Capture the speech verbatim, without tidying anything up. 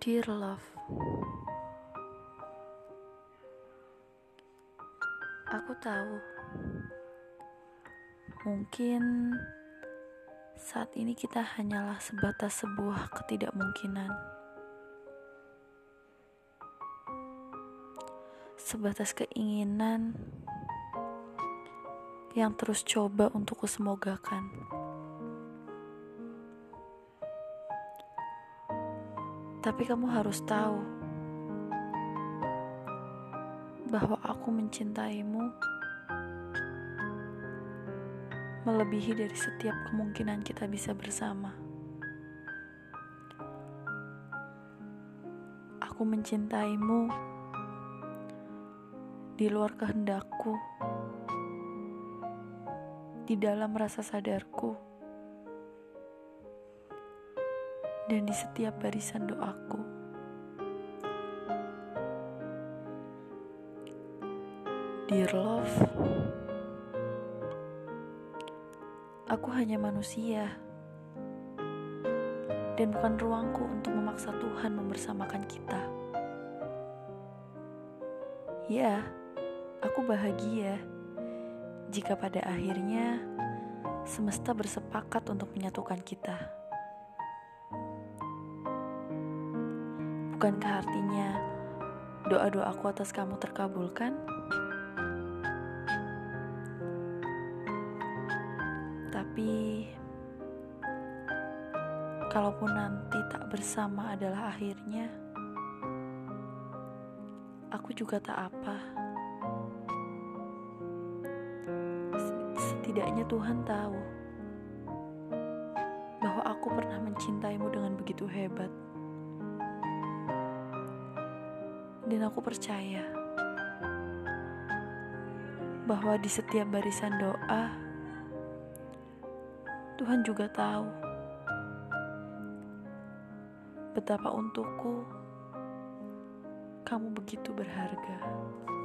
Dear love, aku tahu mungkin saat ini kita hanyalah sebatas sebuah ketidakmungkinan, sebatas keinginan yang terus coba untuk kusemogakan. Tapi kamu harus tahu bahwa aku mencintaimu melebihi dari setiap kemungkinan kita bisa bersama. Aku mencintaimu di luar kehendakku, di dalam rasa sadarku, dan di setiap barisan doaku. Dear love, aku hanya manusia, dan bukan ruangku untuk memaksa Tuhan membersamakan kita. Ya, aku bahagia jika pada akhirnya semesta bersepakat untuk menyatukan kita. Bukankah artinya doa-doaku atas kamu terkabulkan? Tapi kalaupun nanti tak bersama adalah akhirnya, aku juga tak apa. Setidaknya Tuhan tahu bahwa aku pernah mencintaimu dengan begitu hebat. Dan aku percaya bahwa di setiap barisan doa, Tuhan juga tahu betapa untukku kamu begitu berharga.